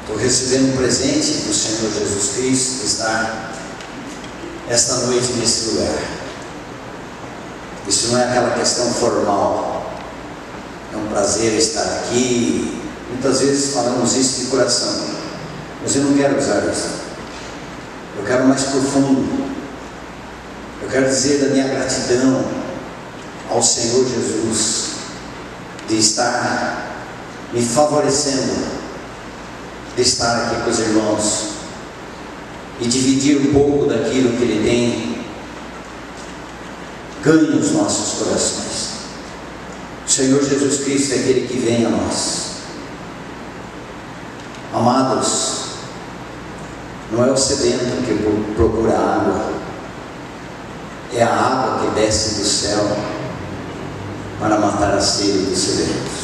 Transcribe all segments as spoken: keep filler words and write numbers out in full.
Estou recebendo um presente do Senhor Jesus Cristo, que está esta noite nesse lugar. Isso não é aquela questão formal. É um prazer estar aqui. Muitas vezes falamos isso de coração, mas eu não quero usar isso. Eu quero mais profundo. Eu quero dizer da minha gratidão ao Senhor Jesus de estar me favorecendo, de estar aqui com os irmãos e dividir um pouco daquilo que Ele tem ganho os nossos corações. O Senhor Jesus Cristo é aquele que vem a nós. Amados, não é o sedento que procura água, é a água que desce do céu para matar a sede dos sedentos.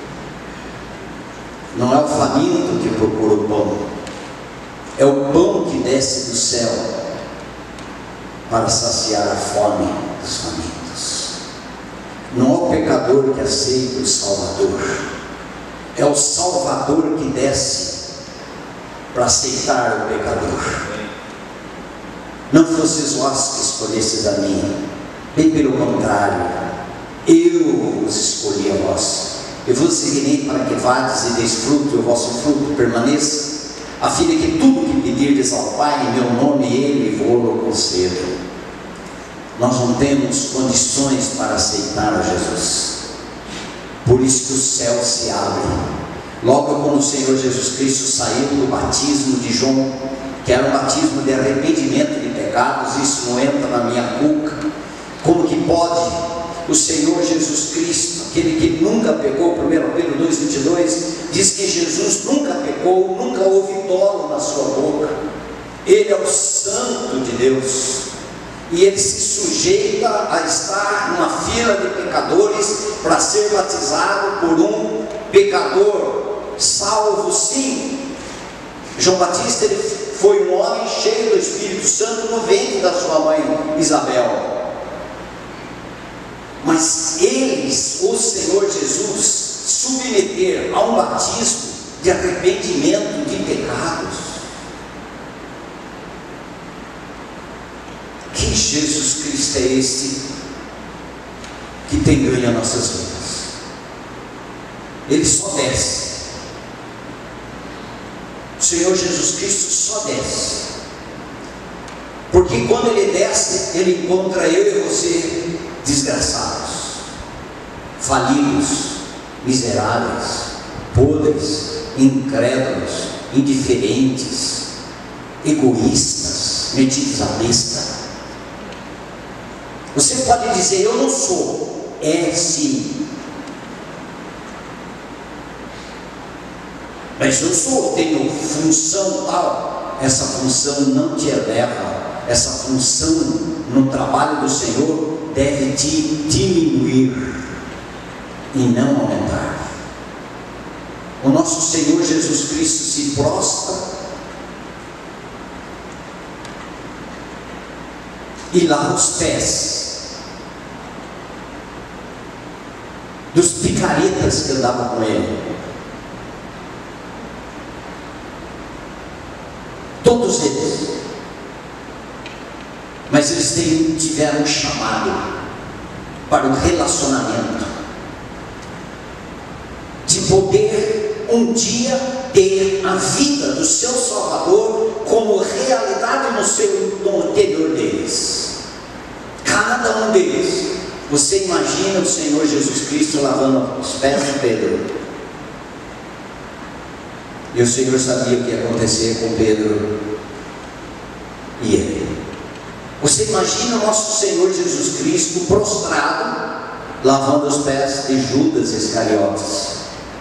Não é o faminto que procura o pão, é o pão que desce do céu para saciar a fome dos famintos. Não é o pecador que aceita o Salvador, é o Salvador que desce para aceitar o pecador. Não fosses vós que escolhestes a mim, bem pelo contrário, eu vos escolhi a vós. Eu vos designei para que vades e deis fruto, e o vosso fruto permaneça, a fim de que tudo que pedirdes ao Pai em meu nome, Ele vos conceda. Nós não temos condições para aceitar a Jesus, por isso que o céu se abre. Logo quando o Senhor Jesus Cristo saiu do batismo de João, que era um batismo de arrependimento de pecados, isso não entra na minha cuca. Como que pode o Senhor Jesus Cristo, aquele que nunca pecou, primeiro Pedro dois, vinte e dois, diz que Jesus nunca pecou, nunca houve dolo na sua boca. Ele é o Santo de Deus, e Ele se sujeita a estar numa fila de pecadores para ser batizado por um pecador, salvo sim. João Batista, ele foi um homem cheio do Espírito Santo no ventre da sua mãe Isabel. Mas eles, o Senhor Jesus, submeter a um batismo de arrependimento de pecados. Que Jesus Cristo é este que tem ganho as nossas vidas? Ele só desce. O Senhor Jesus Cristo só desce, porque quando Ele desce, Ele encontra eu e você desgraçados, falidos, miseráveis, podres, incrédulos, indiferentes, egoístas, metidos à besta. Você pode dizer, eu não sou. É sim. Mas eu sou, tenho função tal. Essa função não te eleva. Essa função no trabalho do Senhor deve te diminuir e não aumentar. O nosso Senhor Jesus Cristo se prostra e lava os pés dos picaretas que andavam com Ele. Todos eles. Mas eles tiveram um chamado para o relacionamento, de poder um dia ter a vida do seu Salvador como realidade no seu no interior deles. Cada um deles. Você imagina o Senhor Jesus Cristo lavando os pés de Pedro, e o Senhor sabia o que ia acontecer com Pedro e ele. Você imagina o nosso Senhor Jesus Cristo prostrado, lavando os pés de Judas Iscariotes.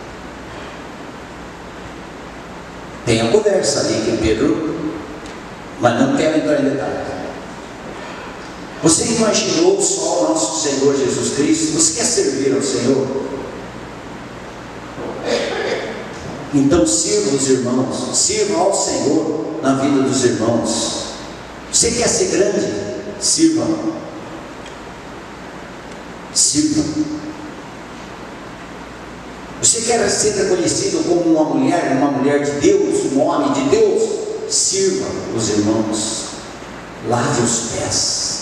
Tem a conversa ali que Pedro, mas não quero entrar em detalhe. Você imaginou só o nosso Senhor Jesus Cristo? Você quer servir ao Senhor? Então sirva os irmãos, sirva ao Senhor na vida dos irmãos. Você quer ser grande? Sirva. Sirva. Você quer ser reconhecido como uma mulher, uma mulher de Deus, um homem de Deus? Sirva os irmãos, lave os pés,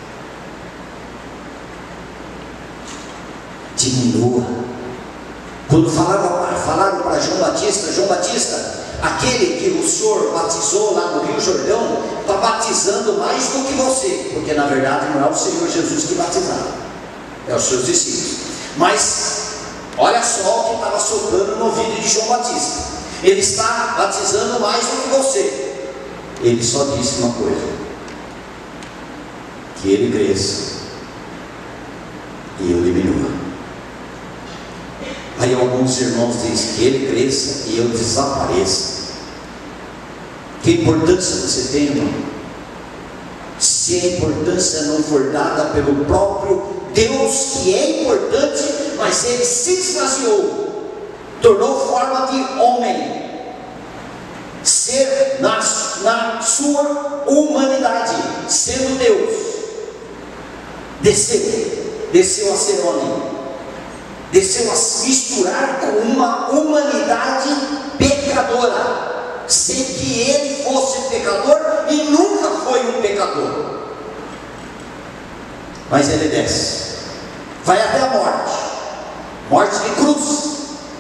diminua. Quando falaram, falaram para João Batista, João Batista, aquele que o Senhor batizou lá no Rio Jordão, está batizando mais do que você, porque na verdade não é o Senhor Jesus que batizava, é os seus discípulos. Mas olha só o que estava soprando no ouvido de João Batista: ele está batizando mais do que você. Ele só disse uma coisa: que ele cresça e eu diminua. Aí alguns irmãos dizem que ele cresça e eu desapareça. Que importância você tem, irmão? Se a importância não for dada pelo próprio Deus, que é importante, mas ele se esvaziou, tornou forma de homem, ser na, na sua humanidade, sendo Deus, desceu, desceu a ser homem, desceu a se misturar com uma humanidade pecadora, sem que ele fosse pecador e nunca foi um pecador. Mas ele desce, vai até a morte, morte de cruz,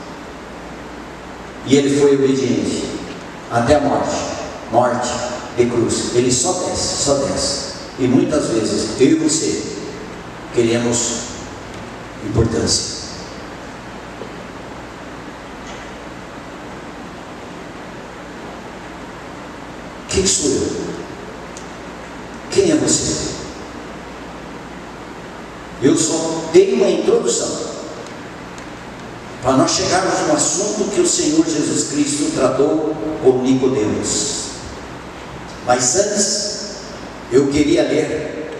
e ele foi obediente até a morte, morte de cruz. Ele só desce, só desce. E muitas vezes eu e você queremos importância. Quem sou eu? Quem é você? Eu só dei uma introdução para nós chegarmos no assunto que o Senhor Jesus Cristo tratou com Nicodemos. Mas antes, eu queria ler.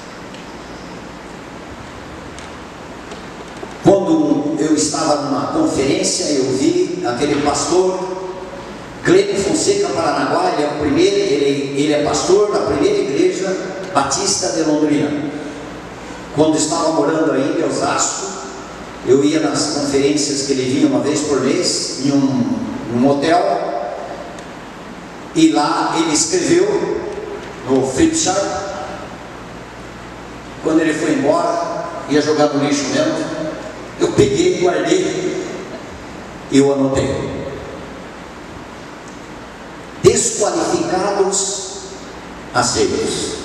Quando eu estava numa conferência, eu vi aquele pastor Cleber Fonseca Paranaguá. Ele é o primeiro, ele, ele é pastor da primeira igreja batista de Londrina. Quando estava morando aí em Osasco, eu ia nas conferências que ele vinha uma vez por mês, em um, um hotel, e lá ele escreveu no Flipchart. Quando ele foi embora, ia jogar no lixo mesmo, eu peguei, guardei e eu anotei: desqualificados, aceitos.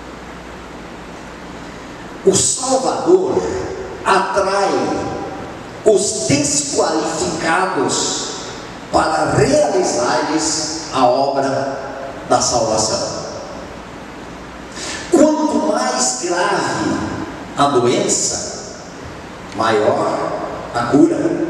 O Salvador atrai os desqualificados para realizar-lhes a obra da salvação. Quanto mais grave a doença, maior a cura.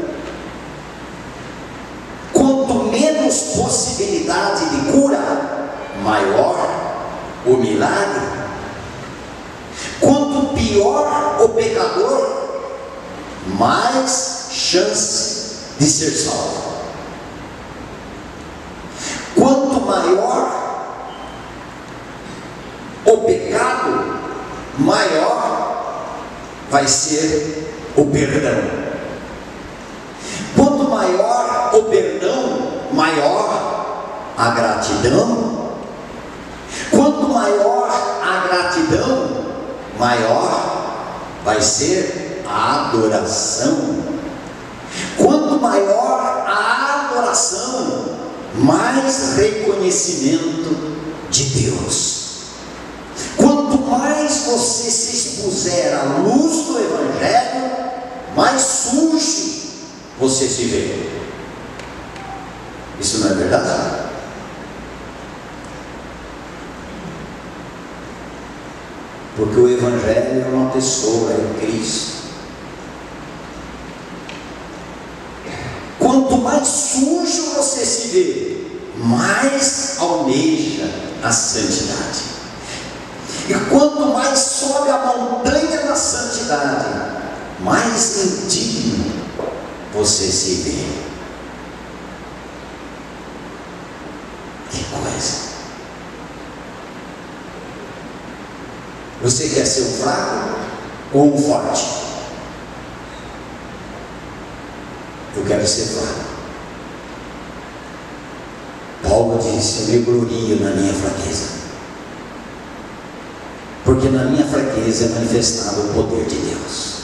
Quanto menos possibilidade de cura, maior o milagre. Quanto pior o pecador, mais chance de ser salvo. Quanto maior o pecado, maior vai ser o perdão. Quanto maior o perdão, maior a gratidão. Quanto maior a gratidão, maior vai ser a adoração. Quanto maior a adoração, mais reconhecimento de Deus. Quanto mais você se expuser à luz do Evangelho, mais sujo você se vê. Isso não é verdade? Porque o Evangelho é uma pessoa, é Cristo. Quanto mais sujo você se vê, mais almeja a santidade. E quanto mais sobe a montanha da santidade, mais indigno você se vê. Que coisa! Você quer ser um fraco ou um forte? Eu quero ser fraco. Paulo disse: eu me glorio na minha fraqueza, porque na minha fraqueza é manifestado o poder de Deus.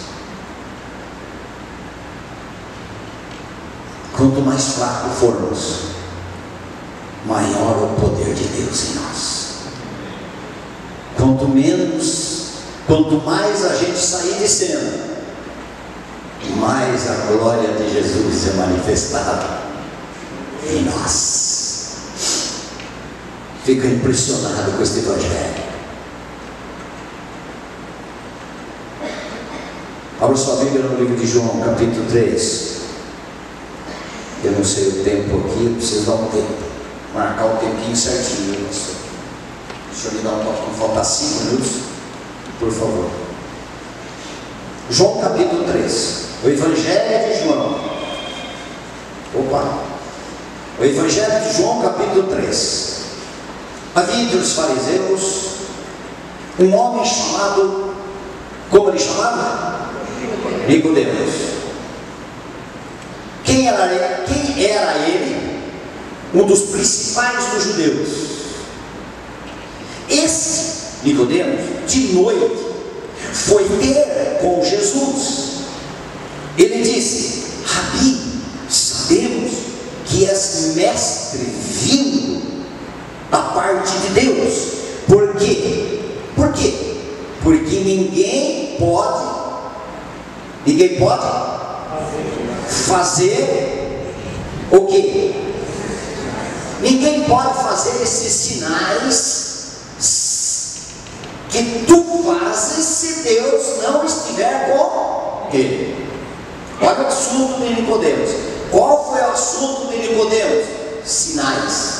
Quanto mais fraco formos, maior o poder de Deus em nós. Quanto menos, quanto mais a gente sair de cena, mais a glória de Jesus é manifestada em nós. Fico impressionado com este evangelho. Abra sua Bíblia no livro de João, capítulo três. Eu não sei o tempo aqui, eu preciso dar um tempo, marcar o tempinho certinho. Deixa eu me dar um toque, não faltar cinco minutos, por favor. João capítulo três, o Evangelho de João. Opa! O Evangelho de João capítulo três. Havia entre os fariseus um homem chamado, como ele chamava? Nicodemos. Quem era ele? Quem era ele? Um dos principais dos judeus. Esse Nicodemos, de noite, foi ter com Jesus. Ele disse: Rabi, sabemos que és mestre vindo da parte de Deus. Por quê? Por quê? Porque ninguém pode, ninguém pode fazer o quê? Ninguém pode fazer esses sinais que tu fazes se Deus não estiver com ele. Olha o assunto de Nicodemos. Qual foi o assunto de Nicodemos? Sinais.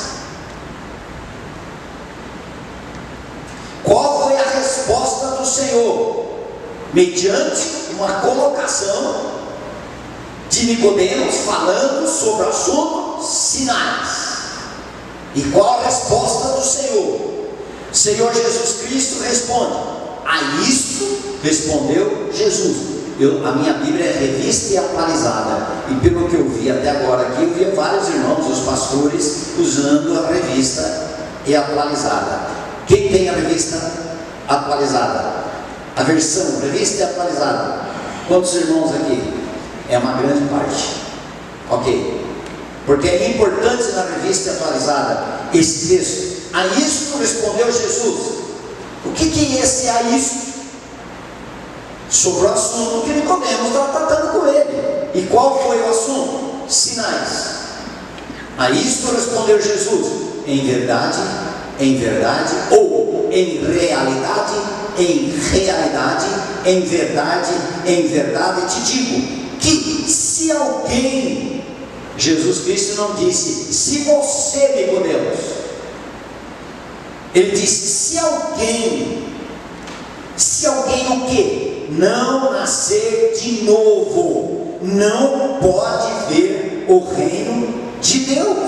Qual foi a resposta do Senhor? Mediante uma colocação de Nicodemos falando sobre o assunto sinais. E qual a resposta do Senhor? O Senhor Jesus Cristo responde: a isto respondeu Jesus. Eu, a minha Bíblia é revista e atualizada, e pelo que eu vi até agora aqui, eu vi vários irmãos, os pastores, usando a revista e atualizada. Quem tem a revista atualizada? A versão revista e atualizada. Quantos irmãos aqui? É uma grande parte. Ok. Porque é importante na revista atualizada esse texto. A isto respondeu Jesus. O que, que é esse a isto? Sobre o assunto que Nicodemos estava tratando com ele. E qual foi o assunto? Sinais. A isto respondeu Jesus: em verdade, em verdade, ou em realidade, em realidade, em verdade, em verdade te digo, que se alguém, Jesus Cristo não disse se você, Nicodemos, ele disse se alguém, se alguém o quê? Não nascer de novo, não pode ver o reino de Deus.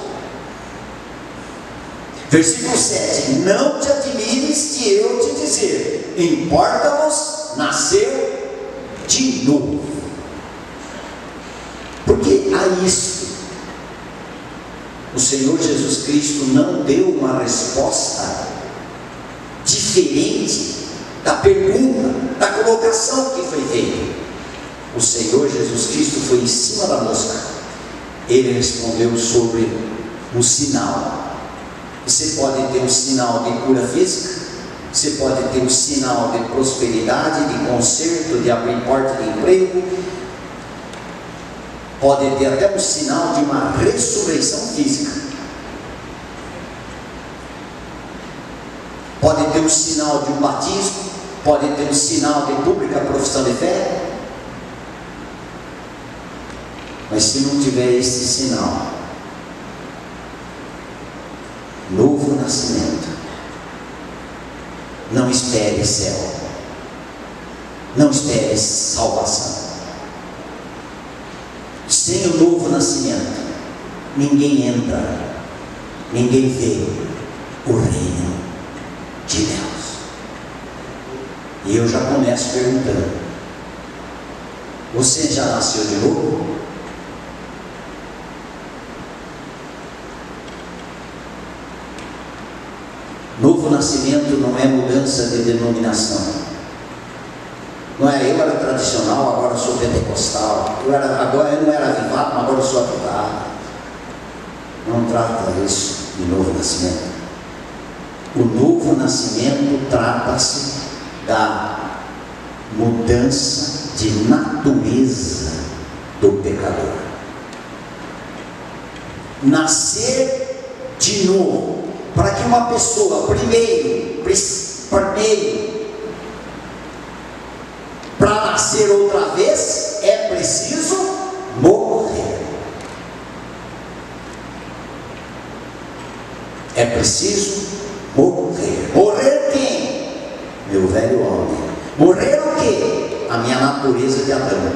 Versículo sete: não te admires de eu te dizer, importa-vos nascer de novo. Porque a isto o Senhor Jesus Cristo não deu uma resposta diferente da pergunta, da colocação que foi feita. O Senhor Jesus Cristo foi em cima da mosca. Ele respondeu sobre um sinal. Você pode ter um sinal de cura física, você pode ter um sinal de prosperidade, de conserto, de abrir porta de emprego, pode ter até um sinal de uma ressurreição física, pode ter um sinal de um batismo, pode ter um sinal de pública profissão de fé, mas se não tiver esse sinal, novo nascimento, não espere céu, não espere salvação. Sem o novo nascimento, ninguém entra, ninguém vê o reino de Deus. E eu já começo perguntando: você já nasceu de novo? nascimento não é mudança de denominação. Não é, eu era tradicional, agora sou pentecostal. Eu era, agora eu não era avivado, mas agora eu sou avivado. Não trata isso de novo nascimento. O novo nascimento trata-se da mudança de natureza do pecador. Nascer de novo, para que uma pessoa, primeiro, primeiro, para nascer outra vez, é preciso morrer. É preciso morrer. Morrer quem? Meu velho homem. Morrer o quê? A minha natureza de Adão.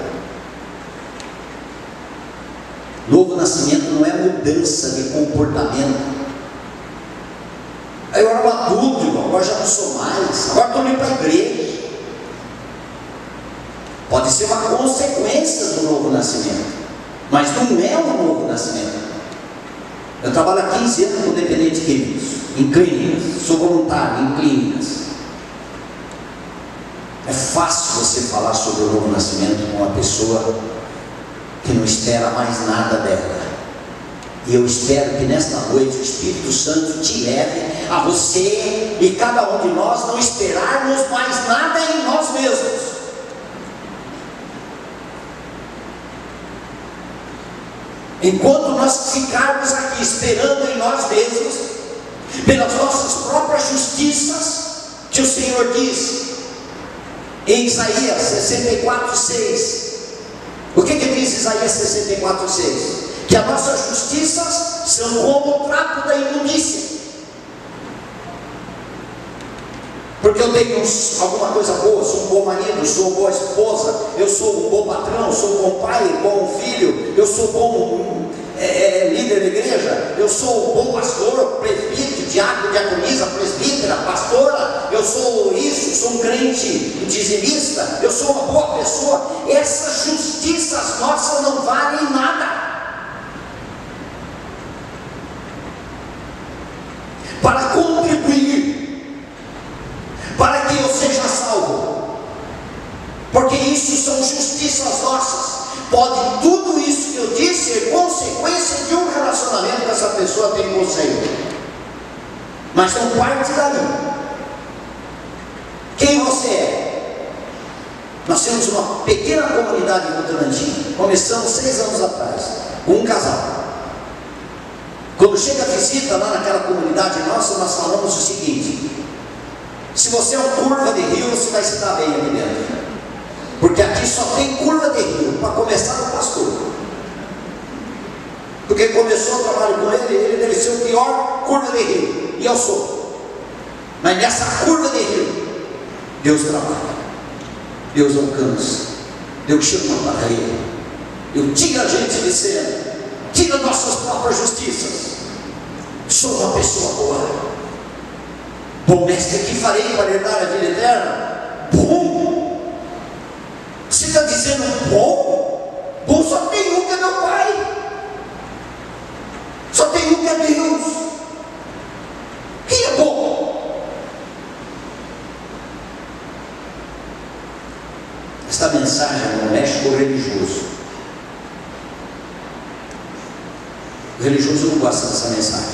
Novo nascimento não é mudança de comportamento. Eu era um adulto, agora já não sou mais, agora estou indo para a igreja. Pode ser uma consequência do novo nascimento, mas não é um novo nascimento. Eu trabalho há quinze anos com dependentes químicos, em clínicas, sou voluntário em clínicas. É fácil você falar sobre o novo nascimento com uma pessoa que não espera mais nada dela. E eu espero que nesta noite o Espírito Santo te leve a você e cada um de nós não esperarmos mais nada em nós mesmos. Enquanto nós ficarmos aqui esperando em nós mesmos, pelas nossas próprias justiças, que o Senhor diz em Isaías sessenta e quatro, seis. O que que diz Isaías sessenta e quatro, seis? Que as nossas justiças são como o trapo da imundícia. Porque eu tenho alguma coisa boa, sou um bom marido, sou uma boa esposa, eu sou um bom patrão, sou um bom pai, bom filho, eu sou um bom é, é, líder da igreja, eu sou um bom pastor, presbítero, diácono, diaconisa, presbítera, pastora, eu sou isso, sou um crente dizimista, eu sou uma boa pessoa. Essas justiças nossas não valem nada. Para contribuir, para que eu seja salvo, porque isso são justiças nossas. Pode tudo isso que eu disse ser consequência de um relacionamento que essa pessoa tem com o Senhor, mas não parte dali. Quem você é? Nós temos uma pequena comunidade em Votorantim, começamos seis anos atrás, com um casal. Quando chega a visita lá naquela comunidade nossa, nós falamos o seguinte: se você é um curva de rio, você vai se dar bem aqui dentro, porque aqui só tem curva de rio, para começar o pastor, porque começou o trabalho com ele, ele deve ser o pior curva de rio, e eu sou, mas nessa curva de rio, Deus trabalha, Deus alcança, Deus chama para ele, Deus tira a gente de cena, tira nossas próprias justiças. Sou uma pessoa boa. Bom mestre, que farei para herdar a vida eterna? Bom? Você está dizendo bom? Bom só tem um que é meu pai. Só tem um que é Deus. Quem é bom? Esta mensagem não mexe com o religioso. O religioso não gosta dessa mensagem.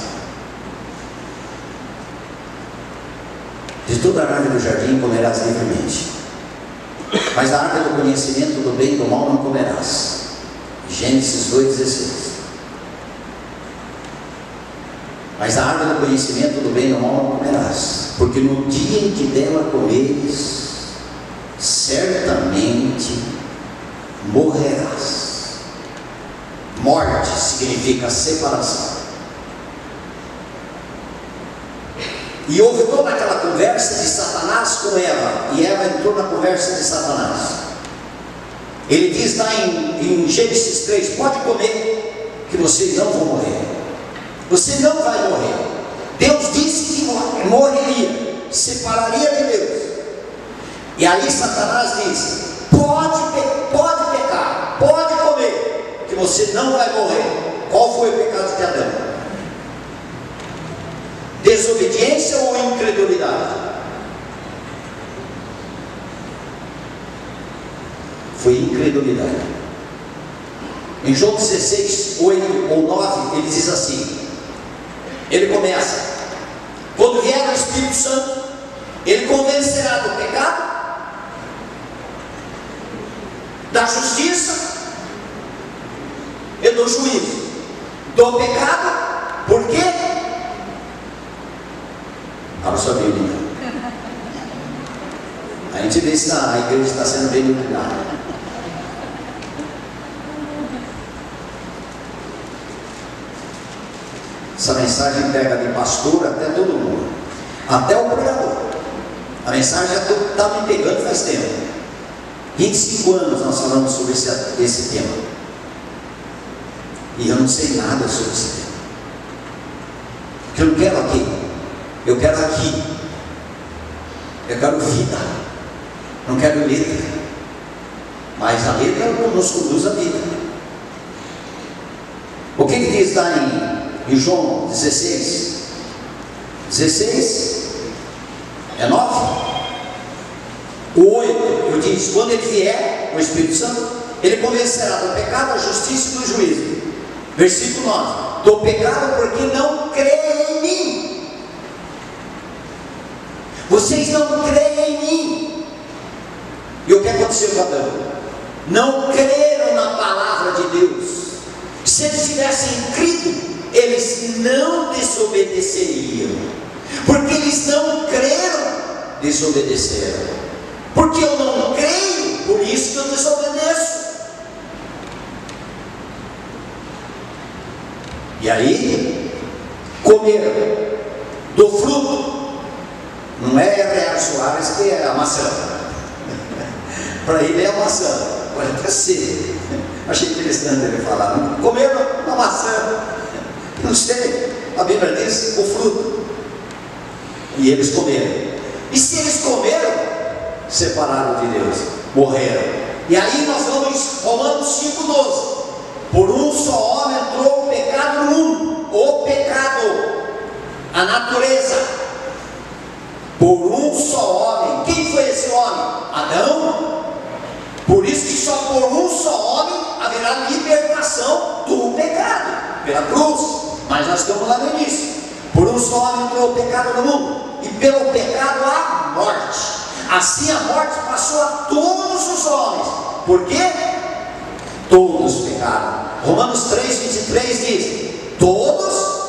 De toda a árvore do jardim comerás livremente, mas da árvore do conhecimento do bem e do mal não comerás. Gênesis dois, dezesseis. Mas da árvore do conhecimento do bem e do mal não comerás, porque no dia em que dela comeres, certamente morrerás. Morte significa separação. E houve toda aquela conversa de Satanás com Eva, e Eva entrou na conversa de Satanás. Ele diz lá em, em Gênesis três: pode comer, que vocês não vão morrer. Você não vai morrer. Deus disse que morreria, separaria de Deus. E aí Satanás diz: pode, pode pecar, pode comer, que você não vai morrer. Qual foi o pecado de Adão? Desobediência ou incredulidade? incredulidade? Foi incredulidade. Em João dezesseis, oito ou nove, ele diz assim, ele começa, quando vier o Espírito Santo, ele convencerá do pecado, da justiça e do juízo. Do pecado, por quê? Abra sua Bíblia. A gente vê se a igreja está sendo bem iluminada. Essa mensagem pega de pastor até todo mundo, até o pregador. A mensagem já está me pegando faz tempo. vinte e cinco anos nós falamos sobre esse, esse tema. E eu não sei nada sobre esse tema. Porque eu não quero aqui. Eu quero aqui. Eu quero vida. Não quero letra. Mas a letra nos conduz à vida. O que, que diz lá em, em João dezesseis? dezesseis? É nove? O oito, eu disse, quando ele vier, o Espírito Santo, ele convencerá do pecado, da justiça e do juízo. Versículo nove, do pecado porque não creem em mim. Vocês não creem em mim. E o que aconteceu com Adão? Não creram na palavra de Deus. Se eles tivessem crido, eles não desobedeceriam. Porque eles não creram, desobedeceram. Porque eu não creio, por isso que eu desobedeço. E aí, comeram do fruto. Não é Real Soares que é a maçã. Para ele é a maçã, pode até ser. Achei interessante ele falar. Comeram a maçã. Não sei, a Bíblia diz o fruto. E eles comeram. E se eles comeram, separaram de Deus, morreram. E aí nós vamos, Romanos cinco, doze. Por um só homem entrou o pecado no mundo, o pecado, a natureza. Por um só homem. Quem foi esse homem? Adão. Por isso que só por um só homem haverá libertação do pecado, pela cruz. Mas nós estamos lá no início. Por um só homem entrou o pecado no mundo, e pelo pecado a morte. Assim a morte passou a todos os homens. Por quê? Todos pecaram. Romanos três, vinte e três diz: todos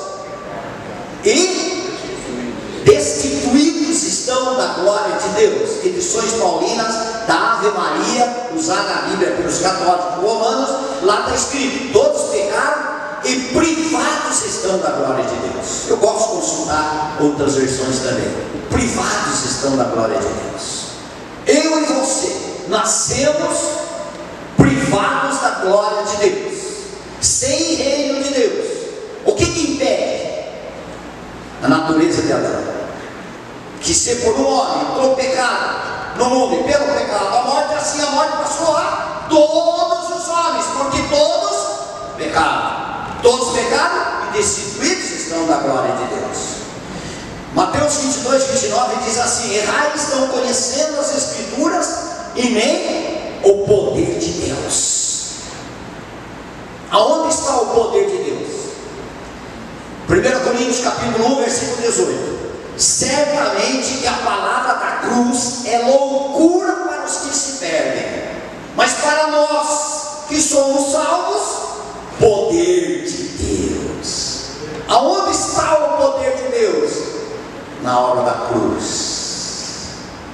e destituídos estão da glória de Deus. Edições paulinas da Ave Maria, usada na Bíblia pelos católicos romanos, lá está escrito: todos pecaram e privados estão da glória de Deus. Eu gosto de consultar outras versões também. Privados estão da glória de Deus. Eu e você nascemos privados da glória de Deus, sem reino de Deus. O que que impede? A natureza de Adão, que se por um homem entrou o pecado no mundo, e pelo pecado a morte, assim a morte passou a todos os homens, porque todos pecaram. Todos pecaram e destituídos estão da glória de Deus. Mateus vinte e dois, vinte e nove diz assim: errais não conhecendo as Escrituras e nem o poder de Deus. Aonde está o poder de Deus? primeira Coríntios capítulo um, versículo dezoito. Certamente que a palavra da cruz é loucura para os que se perdem, mas para nós que somos salvos, poder de Deus. Aonde está o poder de Deus? Na obra da cruz.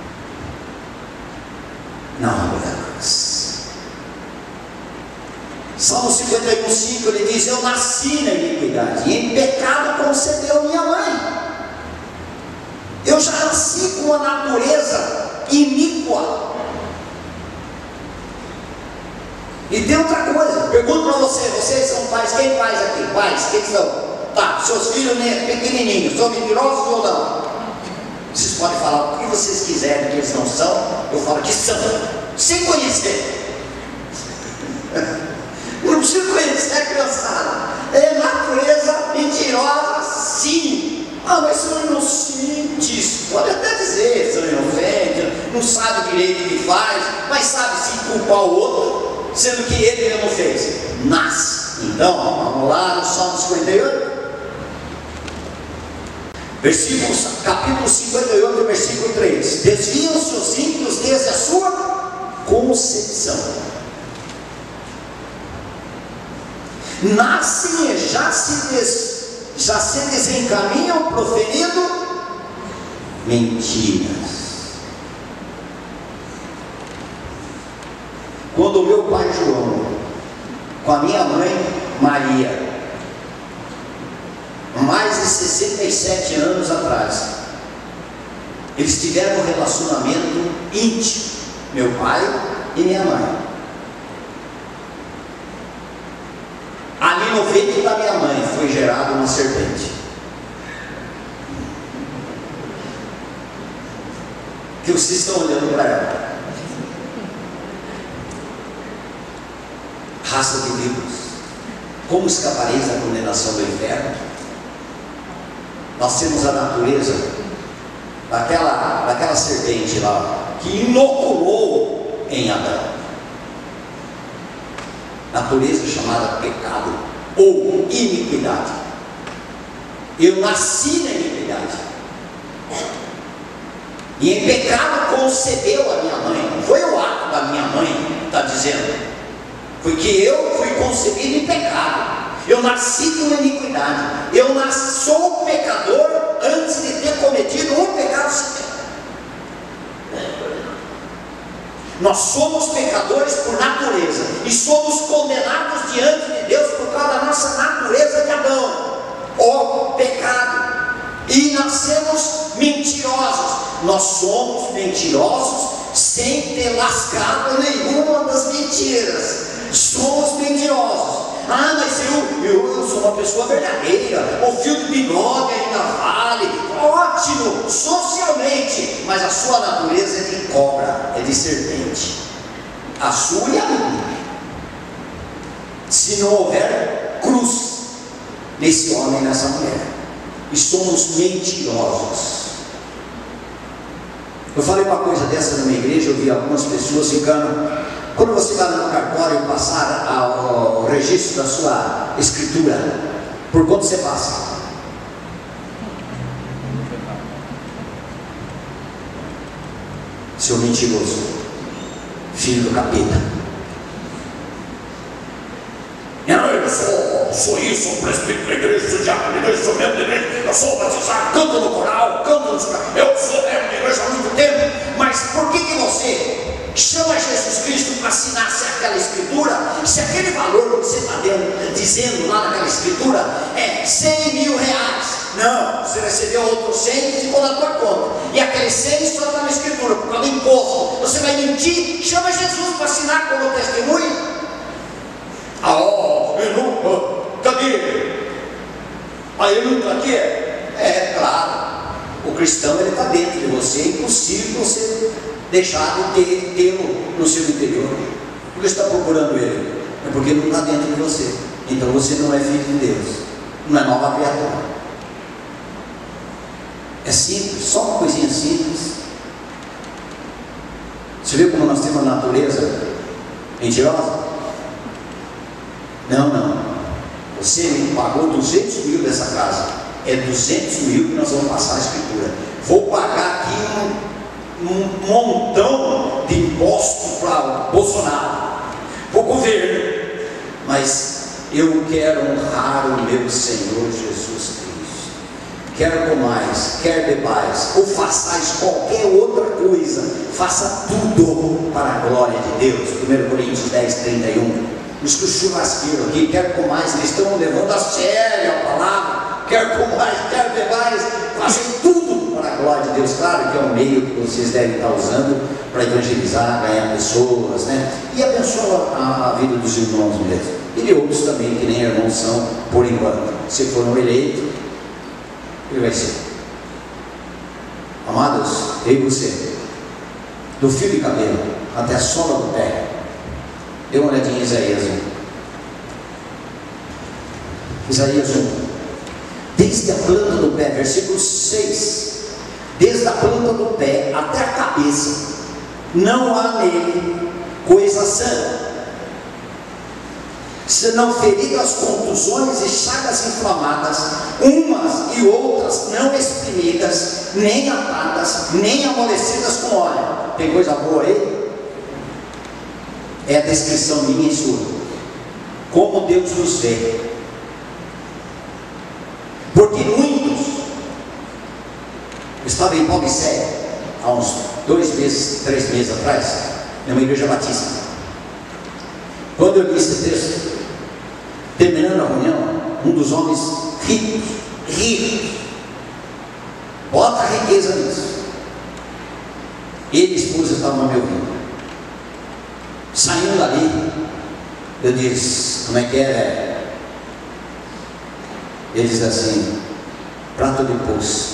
Na obra da cruz. Salmo cinquenta e um, cinco, ele diz: eu nasci na iniquidade, e em pecado concebeu minha mãe. Eu já nasci com uma natureza iníqua. E tem outra coisa, pergunto para você, vocês são pais, quem pais aqui? Pais, quem são? Tá, seus filhos pequenininhos, são mentirosos ou não? Vocês podem falar o que vocês quiserem que eles não são, eu falo que são, sem conhecer. Não precisa conhecer a criançada, é natureza mentirosa sim. Ah, mas são inocentes. direito o que faz, mas sabe se culpar o outro, sendo que ele mesmo fez. Nasce. Então, vamos lá no Salmo cinquenta e oito. Versículo, capítulo cinquenta e oito, versículo três. Desviam-se os ímpios desde a sua concepção. Nascem e já se, des, já se desencaminham proferindo mentiras. Quando o meu pai João, com a minha mãe Maria, mais de sessenta e sete anos atrás, eles tiveram um relacionamento íntimo, meu pai e minha mãe. Ali no ventre da minha mãe foi gerada uma serpente, que vocês estão olhando para ela, raça de víboras. Como escapareis da condenação do inferno? Nós temos a natureza daquela, daquela serpente lá, que inoculou em Adão. Natureza chamada pecado ou iniquidade. Eu nasci na iniquidade, e em pecado concebeu a minha mãe. Não foi o ato da minha mãe, está dizendo, foi que eu fui concebido em pecado. Eu nasci com iniquidade. Eu nasci, sou pecador antes de ter cometido um pecado sequer. Nós somos pecadores por natureza e somos condenados diante de Deus por causa da nossa natureza de Adão, o pecado. E nascemos mentirosos. Nós somos mentirosos sem ter lascado nenhuma das mentiras. Somos mentirosos. Ah, mas eu, eu, eu sou uma pessoa verdadeira, o fio de bigode ainda vale, ótimo, socialmente, mas a sua natureza é de cobra, é de serpente, a sua e a minha. Se não houver cruz nesse homem e nessa mulher, e somos mentirosos. Eu falei uma coisa dessa numa igreja, eu vi algumas pessoas ficando. Quando você vai no cartório passar ao, ao registro da sua escritura, por quanto você passa? Seu mentiroso, filho do capeta. Eu sou, sou isso, sou presbítero da igreja, sou diácono da igreja, sou membro da igreja, eu sou batizado, canto no coral, canto no coral, eu sou membro da igreja há muito tempo. Mas por que que você chama Jesus Cristo para assinar aquela escritura, se aquele valor que você está dizendo lá naquela escritura é cem mil reais? Não, você recebeu outros cem e ficou na tua conta, e aqueles cem só está na escritura, por causa do imposto. Você vai mentir? Chama Jesus para assinar como testemunho. Ah, ó, eu não, cadê ele? Ah, ele não está aqui? É, claro, o cristão ele está dentro de você, é impossível você deixar de ter, tê-lo no seu interior. Por que você está procurando ele? É porque ele não está dentro de você. Então você não é filho de Deus, não é nova criatura. É simples, só uma coisinha simples. Você vê como nós temos a natureza mentirosa? Não, não. Você me pagou duzentos mil dessa casa, é duzentos mil que nós vamos passar a escritura. Vou pagar aqui um, um montão de impostos para Bolsonaro, para o governo, mas eu quero honrar o meu Senhor Jesus Cristo. Quer comais, quer bebais, ou façais qualquer outra coisa, faça tudo para a glória de Deus. primeiro Coríntios dez, trinta e um. Os que o churrasqueiro aqui, quer comais, eles estão levando a sério a palavra, quer comais, quer bebais, façam tudo para a glória de Deus. Claro que é um meio que vocês devem estar usando para evangelizar, ganhar pessoas, né? E abençoa a, a vida dos irmãos mesmo, e de outros também que nem irmãos são por enquanto. Se foram eleitos, ele vai ser. Amados, eu e você, do fio de cabelo até a sola do pé, dê uma olhadinha em Isaías um. Isaías um. Desde a planta do pé, versículo seis. Desde a planta do pé até a cabeça, não há nele coisa sã, senão feridas, contusões e chagas inflamadas, umas e outras não exprimidas, nem atadas, nem amolecidas com óleo. Tem coisa boa aí? É a descrição minha e sua, como Deus nos vê. Porque muitos, eu estava em Paulicéia há uns dois meses, três meses atrás, numa igreja batista. Quando eu li esse texto, terminando a reunião, um dos homens ricos, ricos, bota a riqueza nisso, ele e a esposa estavam me ouvindo. Saindo dali, eu disse: como é que é? Ele diz assim: prato de pus.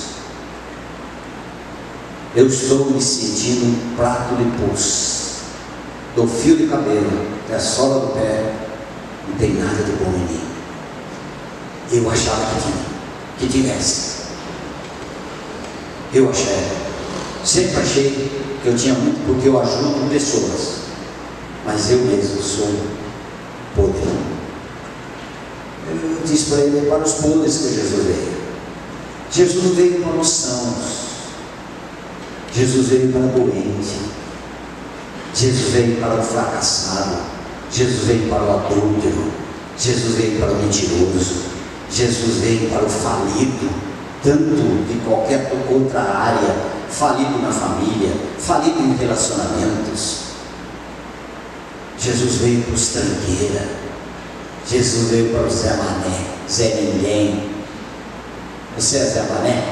Eu estou me sentindo um prato de pus, do fio de cabelo até a sola do pé, não tem nada de bom em mim. Eu achava que tinha, que tivesse. Eu achei, sempre achei que eu tinha muito, porque eu ajudo pessoas, mas eu mesmo sou podre. Eu disse para ele: é para os podres que Jesus veio. Jesus não veio para os sãos, Jesus veio para o doente, Jesus veio para o fracassado, Jesus veio para o adúltero, Jesus veio para o mentiroso, Jesus veio para o falido, tanto de qualquer outra área, falido na família, falido em relacionamentos. Jesus veio para os tranqueira, Jesus veio para o Zé Mané, Zé Ninguém. Você é Zé Mané?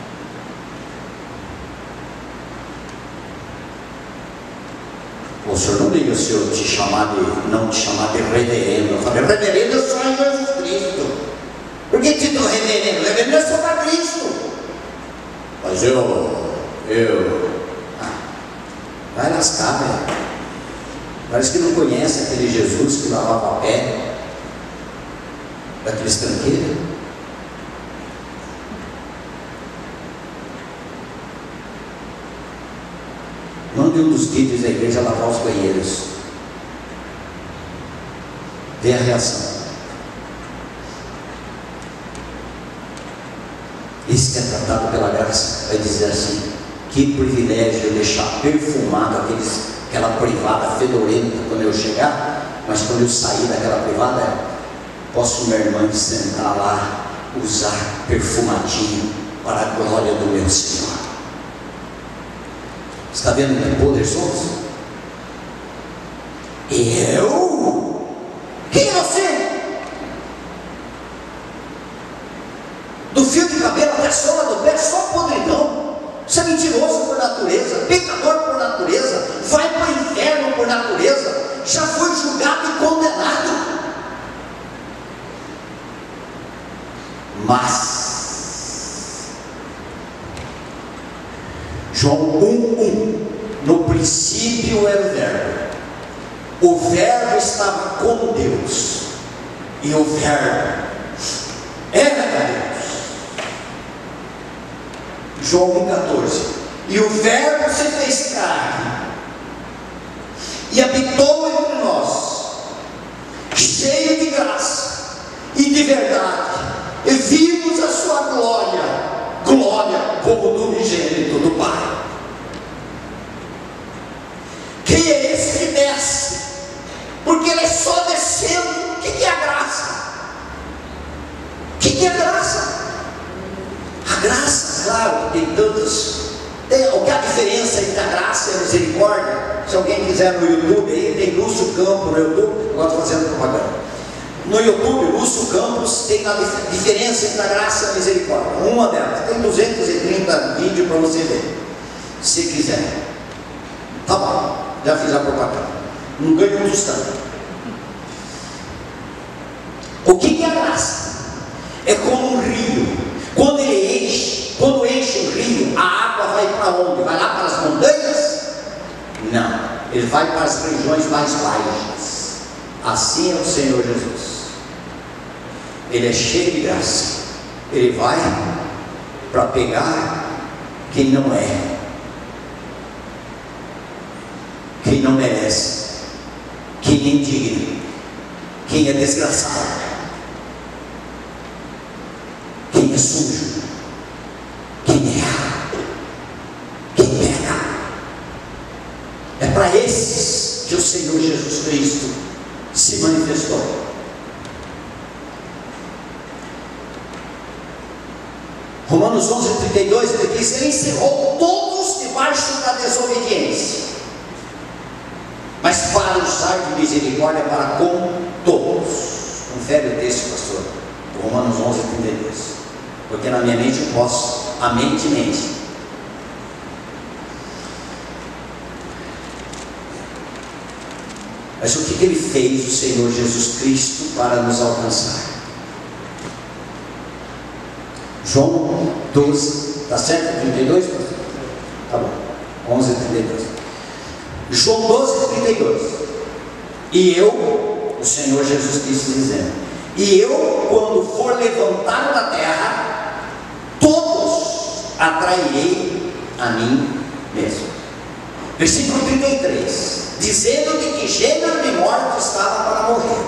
O senhor não liga se eu te chamar de, não te chamar de reverendo. Eu falei: reverendo é só em Jesus Cristo. Por que te dou reverendo? Reverendo é só para Cristo. Mas eu, eu, ah, vai lascar, velho. Parece que não conhece aquele Jesus que lavava a pé daqueles tranqueiros. Mande um dos vídeos da igreja lavar os banheiros. Vê a reação. Esse que é tratado pela graça vai dizer assim: que privilégio deixar perfumado aqueles, aquela privada fedorenta quando eu chegar, mas quando eu sair daquela privada, posso, minha irmã, sentar lá, usar perfumadinho para a glória do meu Senhor. Está vendo que podres somos? Eu? Quem é você? Do fio de cabelo até a sola do pé, só podridão. Você é mentiroso por natureza, pecador por natureza, vai para o inferno por natureza, já foi julgado e condenado. Mas João um, um, no princípio era o verbo, o verbo estava com Deus, e o verbo era Deus. João um, quatorze, e o verbo se fez carne, e habitou entre nós, cheio de graça e de verdade, e vimos a sua glória, glória como do unigênito do Pai. Quem é esse que desce? Porque ele é só descendo. O que, que é a graça? O que, que é a graça? A graça, claro, tem tantas. Tem, o que é a diferença entre a graça e a misericórdia? Se alguém quiser no YouTube, aí tem Lúcio Campos no YouTube, agora estou fazendo propaganda. No YouTube, Lúcio Campos tem a diferença entre a graça e a misericórdia. Uma delas, tem duzentos e trinta vídeos para você ver, se quiser. Tá bom, já fiz a propaganda. Não ganho um tostão. O que, que é a graça? É como um rio. Quando ele enche, quando enche o rio, a água vai para onde? Vai lá para as montanhas? Não, ele vai para as regiões mais baixas. Assim é o Senhor Jesus. Ele é cheio de graça. Ele vai para pegar quem não é. não merece, quem é indigno, quem é desgraçado, quem é sujo, quem erra, quem peca. É para esses que o Senhor Jesus Cristo se manifestou. Romanos onze, trinta e dois, ele diz: ele encerrou todos debaixo da desobediência, mas para usar de misericórdia para com todos. Confere o texto, pastor. Romanos onze, trinta e dois. Porque na minha mente eu posso, a mente mente. Mas o que, que ele fez, o Senhor Jesus Cristo, para nos alcançar? João doze, está certo? trinta e dois? Tá bom, onze, trinta e dois. João doze, trinta e dois. E eu, o Senhor Jesus Cristo dizendo: e eu, quando for levantado da terra, todos atrairei a mim mesmo. Versículo trinta e três, dizendo de que gênero de morte estava para morrer.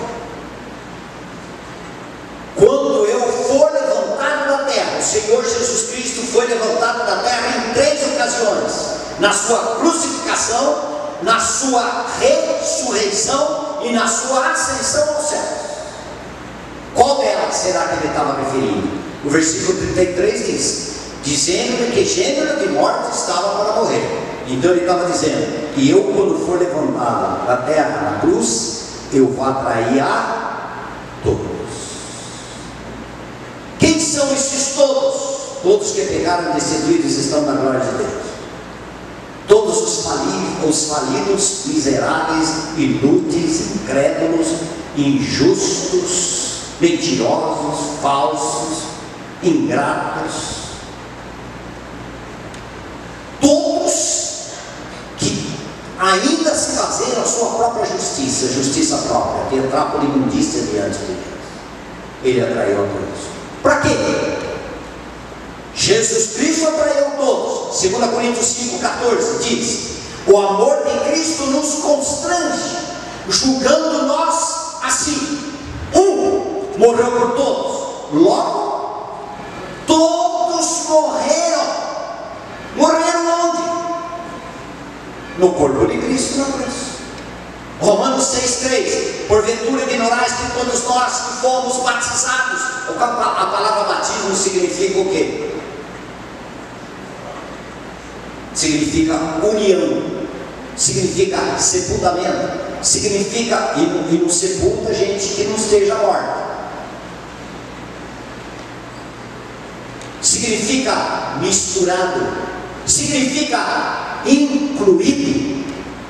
Quando eu for levantado da terra, o Senhor Jesus Cristo foi levantado da terra em três ocasiões: na sua crucificação, na sua ressurreição e na sua ascensão aos céus. Qual delas será que ele estava referindo? O versículo trinta e três diz: dizendo que gênero de morte estava para morrer. Então ele estava dizendo: e eu, quando for levantado da terra na cruz, eu vou atrair a todos. Quem são esses todos? Todos que pegaram destituídos estão na glória de Deus. Todos os falidos, os falidos, miseráveis, inúteis, incrédulos, injustos, mentirosos, falsos, ingratos. Todos que ainda se fazer a sua própria justiça, justiça própria, que entrar por imundícia diante de Deus, ele atraiu a todos. Para quê? Jesus Cristo atraiu todos. Segunda Coríntios cinco, quatorze diz: o amor de Cristo nos constrange, julgando nós assim: um morreu por todos, logo todos morreram. Morreram onde? No corpo de Cristo na cruz. Romanos seis, três: porventura ignorais que todos nós que fomos batizados. A palavra batismo significa o quê? Significa união, significa sepultamento, significa, e não, e não sepulta gente que não esteja morta, significa misturado, significa incluído.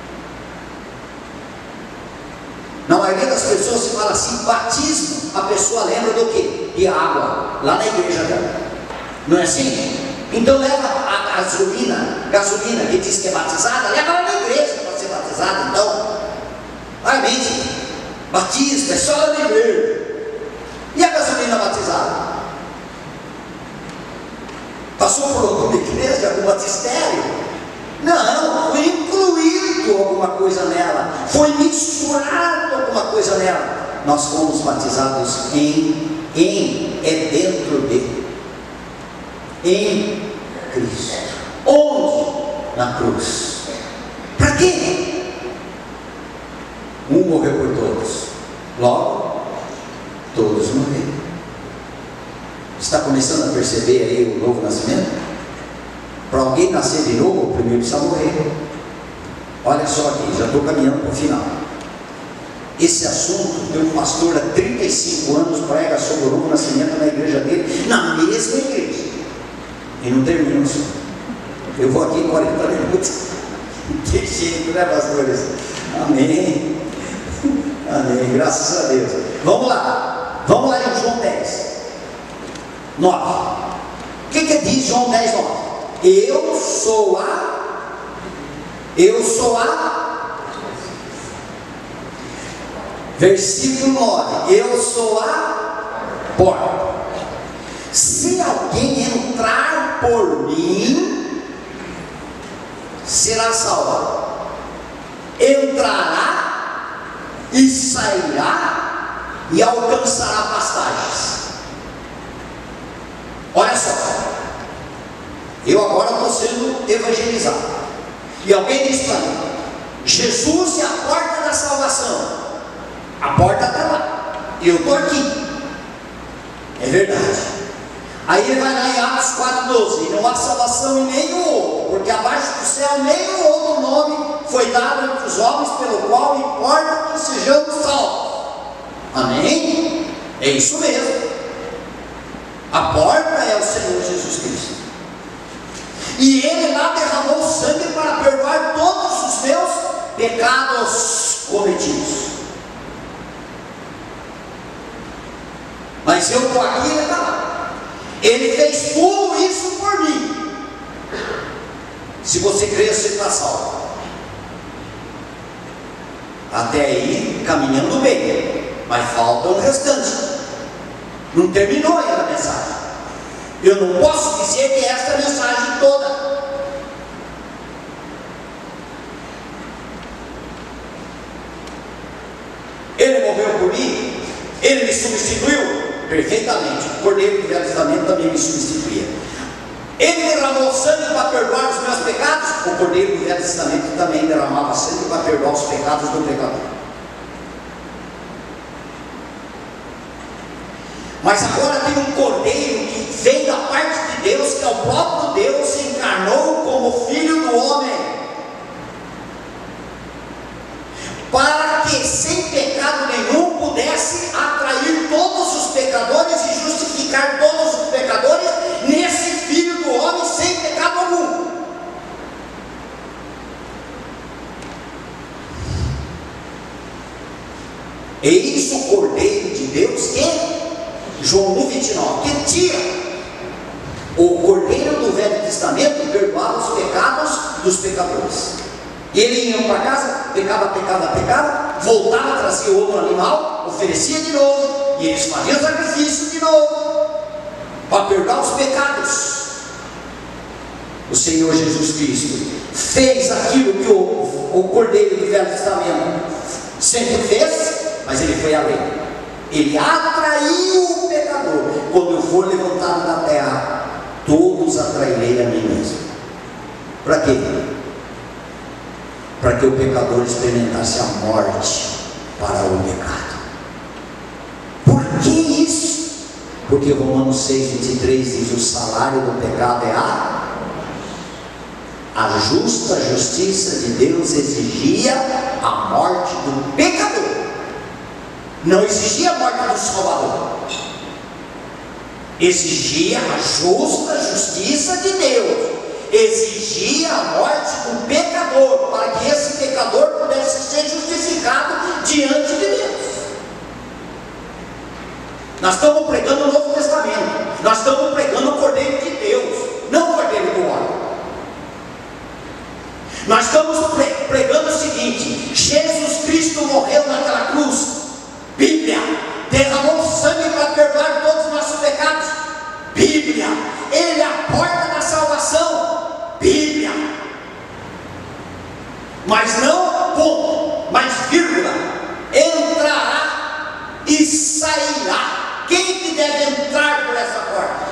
Na maioria das pessoas se fala assim: batismo, a pessoa lembra do quê? De água, lá na igreja dela. Não é assim? Então leva a gasolina, gasolina que diz que é batizada, leva lá na igreja para ser batizada. Então, realmente, batismo é só lá na igreja. E a gasolina batizada? Passou por alguma igreja, algum batistério? Não, foi incluído alguma coisa nela, foi misturado alguma coisa nela. Nós fomos batizados em, em, é dentro de, em Cristo. Onde? Na cruz. Para quê? Um morreu por todos, logo todos morreram. Está começando a perceber aí o novo nascimento? Para alguém nascer de novo, primeiro precisa morrer. Olha só aqui, já estou caminhando para o final. Esse assunto, tem um pastor há trinta e cinco anos prega sobre o novo nascimento na igreja dele, na mesma igreja, e não termina o assunto. Eu vou aqui em quarenta minutos. Que jeito, né, pastores? Amém. Amém, graças a Deus. Vamos lá, vamos lá em João dez, nove. O que que diz João dez, nove? Eu sou a, eu sou a, versículo nove, eu sou a porta. Se alguém entrar por mim, será salvo. entrará e sairá e alcançará pastagens. Olha só, eu agora estou sendo evangelizado, e alguém diz para mim: Jesus é a porta da salvação. A porta está lá, e eu estou aqui. É verdade. Aí ele vai lá em Atos quatro, doze: e não há salvação em nenhum outro, porque abaixo do céu nenhum outro nome foi dado entre os homens pelo qual importa que sejamos salvos. Amém? É isso mesmo. A porta é o Senhor Jesus Cristo, e Ele lá derramou sangue para perdoar todos os meus pecados cometidos. Mas eu estou aqui e Ele está lá. Ele fez tudo isso por mim. Se você crê, você está salvo. Até aí, caminhando bem, mas falta o restante. Não terminou ainda a mensagem. Eu não posso dizer que esta é a mensagem toda. Ele morreu por mim, Ele me substituiu perfeitamente. O Cordeiro do Velho Testamento também me substituía. Ele derramou sangue para perdoar os meus pecados. O Cordeiro do Velho Testamento também derramava sangue para perdoar os pecados do pecador. Mas agora tem um Cordeiro que vem da parte de Deus, que é o próprio Deus, se encarnou como Filho do homem, para que sem pecado nenhum pudesse atrair todos os pecadores e justificar todos os pecadores nesse Filho do homem sem pecado algum. Eis o Cordeiro de Deus que, João um, vinte e nove, que tira. O Cordeiro do Velho Testamento perdoava os pecados dos pecadores. E ele ia para casa, pecava, pecava, pecava, voltava, trazia outro animal, oferecia de novo, e eles faziam sacrifício de novo, para perdoar os pecados. O Senhor Jesus Cristo fez aquilo que o, o Cordeiro do Velho Testamento sempre fez, mas ele foi além. Ele atraiu o pecador. Quando eu for levantado na terra, todos atrairei a mim mesmo. Para quê? Para que o pecador experimentasse a morte para o pecado. Por que isso? Porque Romanos seis, vinte e três diz: o salário do pecado é a a justa justiça de Deus exigia a morte do pecador. Não exigia a morte do Salvador, exigia a justa justiça de Deus, exigia a morte do pecador, para que esse pecador pudesse ser justificado diante de Deus. Nós estamos pregando o Novo Testamento, nós estamos pregando o Cordeiro de Deus, não o Cordeiro do homem. Nós estamos pregando o seguinte: Jesus Cristo morreu naquela cruz, Bíblia, derramou sangue para perdoar todos os nossos pecados, Bíblia, Ele é a porta da salvação, Bíblia. Mas não ponto, mas vírgula, entrará e sairá. Quem que deve entrar por essa porta?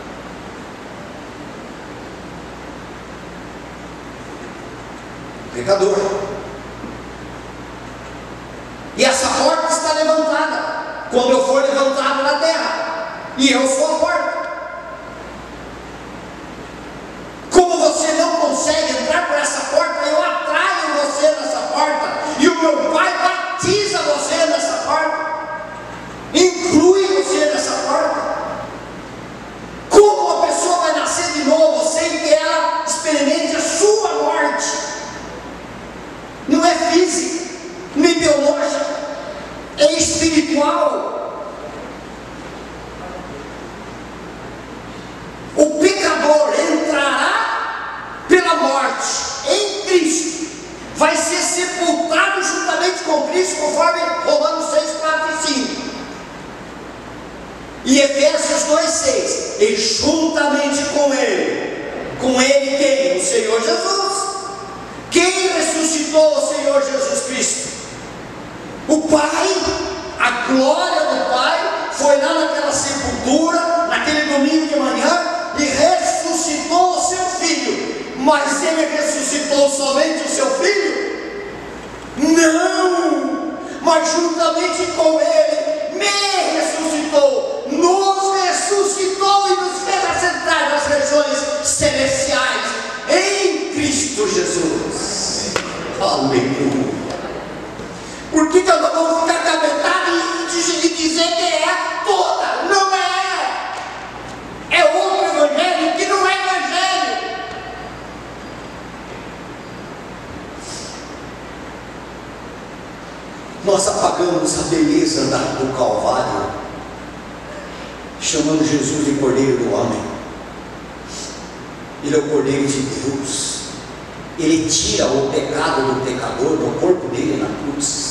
Pecador. E essa porta está levantada quando eu for levantado na terra, e eu sou a porta. Como você não consegue entrar por essa porta, eu atraio você nessa porta, e o meu Pai batiza você nessa porta, inclui você nessa porta. Como uma pessoa vai nascer de novo sem que ela experimente a sua morte? Não é física, nem biológica, é espiritual. O pecador entrará pela morte em Cristo, vai ser sepultado juntamente com Cristo, conforme Romanos seis, quatro e cinco. E Efésios dois, seis, e juntamente com Ele, com Ele quem? O Senhor Jesus, quem ressuscitou ressuscitou o Senhor Jesus Cristo. O Pai, a glória do Pai, foi lá naquela sepultura, naquele domingo de manhã, e ressuscitou o seu Filho. Mas Ele ressuscitou somente o seu Filho? Não! Mas juntamente com Ele, me ressuscitou, nos ressuscitou e nos fez assentar nas regiões celestiais, em Cristo Jesus. Aleluia! Por que, que eu não vou ficar cabetado e dizer que é toda? Não é! É outro evangelho que não é evangelho. Nós apagamos a beleza do Calvário, chamando Jesus de Cordeiro do Homem. Ele é o Cordeiro de Deus. Ele tira o pecado do pecador do corpo dele na cruz.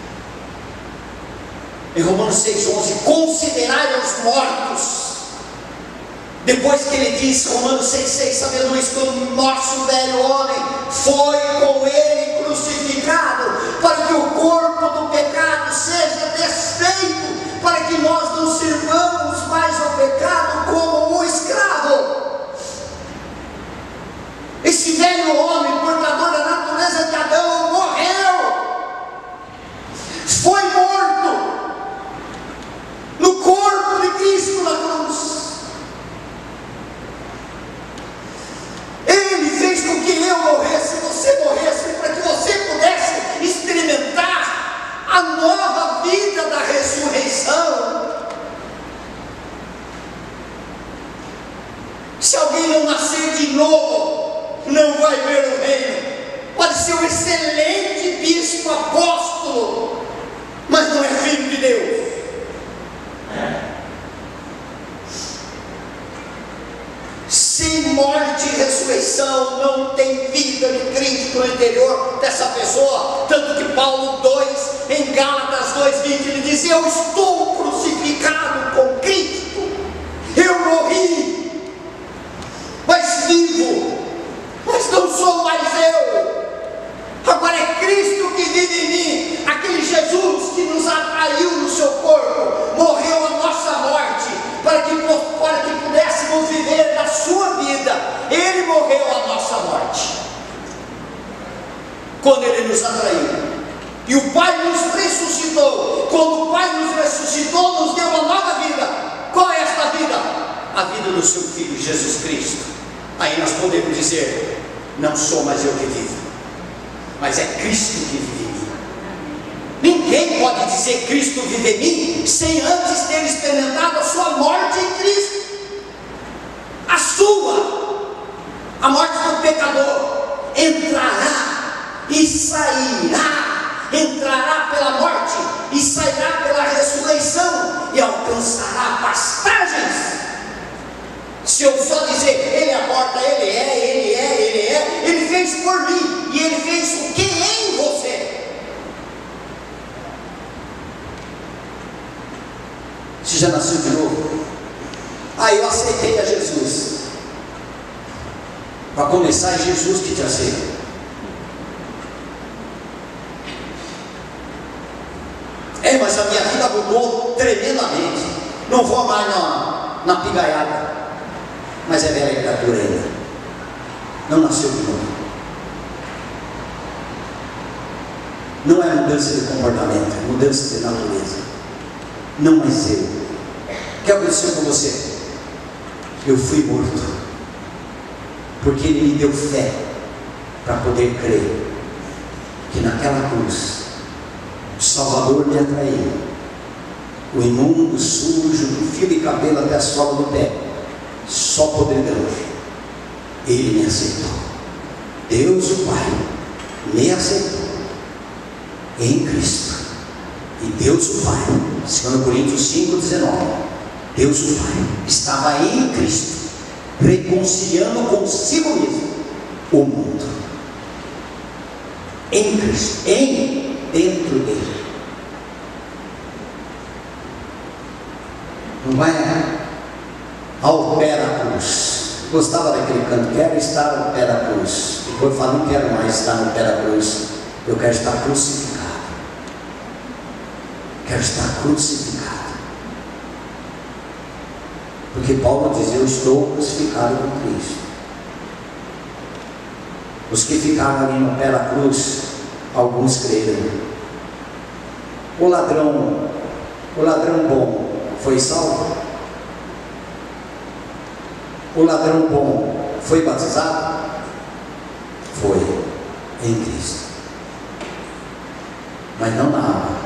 Em Romanos seis, onze, considerai os mortos. Depois que ele diz, Romanos seis, seis, sabendo isso, que o nosso velho homem foi com ele crucificado, para que o corpo do pecado seja desfeito, para que nós não sirvamos mais ao pecado como um escravo. Esse velho homem, portador da natureza de Adão, morreu, foi morto no corpo de Cristo na cruz. Ele fez com que eu morresse, você morresse, para que você pudesse experimentar a nova vida da ressurreição. Se alguém não nascer de novo, não vai ver o reino. Pode ser um excelente bispo, apóstolo, mas não é filho de Deus. Sem morte e ressurreição não tem vida de Cristo no interior dessa pessoa. Tanto que Paulo dois, em Gálatas dois, vinte, ele diz: eu estou crucificado com Cristo, eu morri, mas vivo, mas não sou mais eu, agora é Cristo que vive em mim. Aquele Jesus que nos atraiu no seu corpo, morreu a nossa morte, para que, para que pudéssemos viver da sua vida. Ele morreu a nossa morte, quando Ele nos atraiu, e o Pai nos ressuscitou. Quando o Pai nos ressuscitou, nos deu uma nova vida. Qual é esta vida? A vida do seu Filho Jesus Cristo. Aí nós podemos dizer: não sou mais eu que vivo, mas é Cristo que vive em mim. Ninguém pode dizer Cristo vive em mim sem antes ter experimentado a sua morte em Cristo. A sua, a morte do pecador, entrará e sairá, entrará pela morte e sairá pela ressurreição e alcançará pastagens. Se eu só dizer Ele é a porta, Ele é, Ele é, Ele é, Ele fez por mim, e Ele fez o que em você? Você já nasceu de novo? Ah, eu aceitei a Jesus. Para começar, é Jesus que te aceita. É, mas a minha vida mudou tremendamente. Não vou mais na, na pigaiada. Mas é velha criatura ainda. Não nasceu de novo. Não é mudança de comportamento, é mudança de natureza. Não mais eu. O que aconteceu com você? Eu fui morto, porque Ele me deu fé para poder crer que naquela cruz o Salvador me atraiu, o imundo, sujo, do fio de cabelo até a sola do pé, só podridão. Ele me aceitou. Deus o Pai me aceitou em Cristo. E Deus o Pai, segundo Coríntios cinco, dezenove, Deus o Pai estava em Cristo, reconciliando consigo mesmo o mundo. Em Cristo, em, dentro dele. Não vai ao pé da cruz. Gostava daquele canto, quero estar ao pé da cruz. Depois fala, não quero mais estar no pé da cruz. Eu quero estar crucificado. Quero estar crucificado. Porque Paulo diz: eu estou crucificado com Cristo. Os que ficaram ali no pé da cruz, alguns creram. O ladrão, o ladrão bom foi salvo? O ladrão bom foi batizado? Foi, em Cristo. Mas não na água.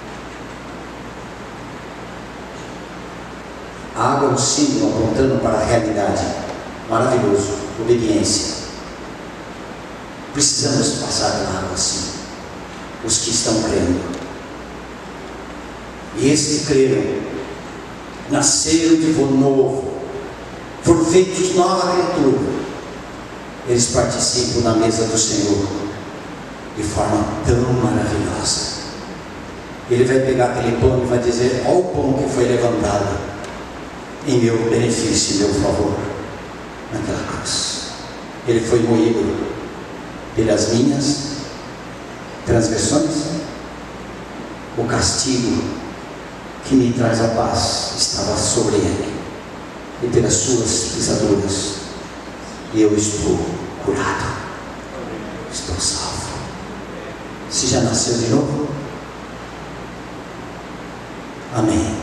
A água é um símbolo apontando para a realidade. Maravilhoso. Obediência. Precisamos passar pela água assim. Os que estão crendo. E esses que creram, nasceram de novo, foram feitos nova criatura. Eles participam da mesa do Senhor de forma tão maravilhosa. Ele vai pegar aquele pão e vai dizer: olha o pão que foi levantado em meu benefício, em meu favor, naquela cruz. Ele foi moído pelas minhas transgressões. O castigo que me traz a paz estava sobre ele, e pelas suas pisaduras eu estou curado, estou salvo. Se já nasceu de novo, amém.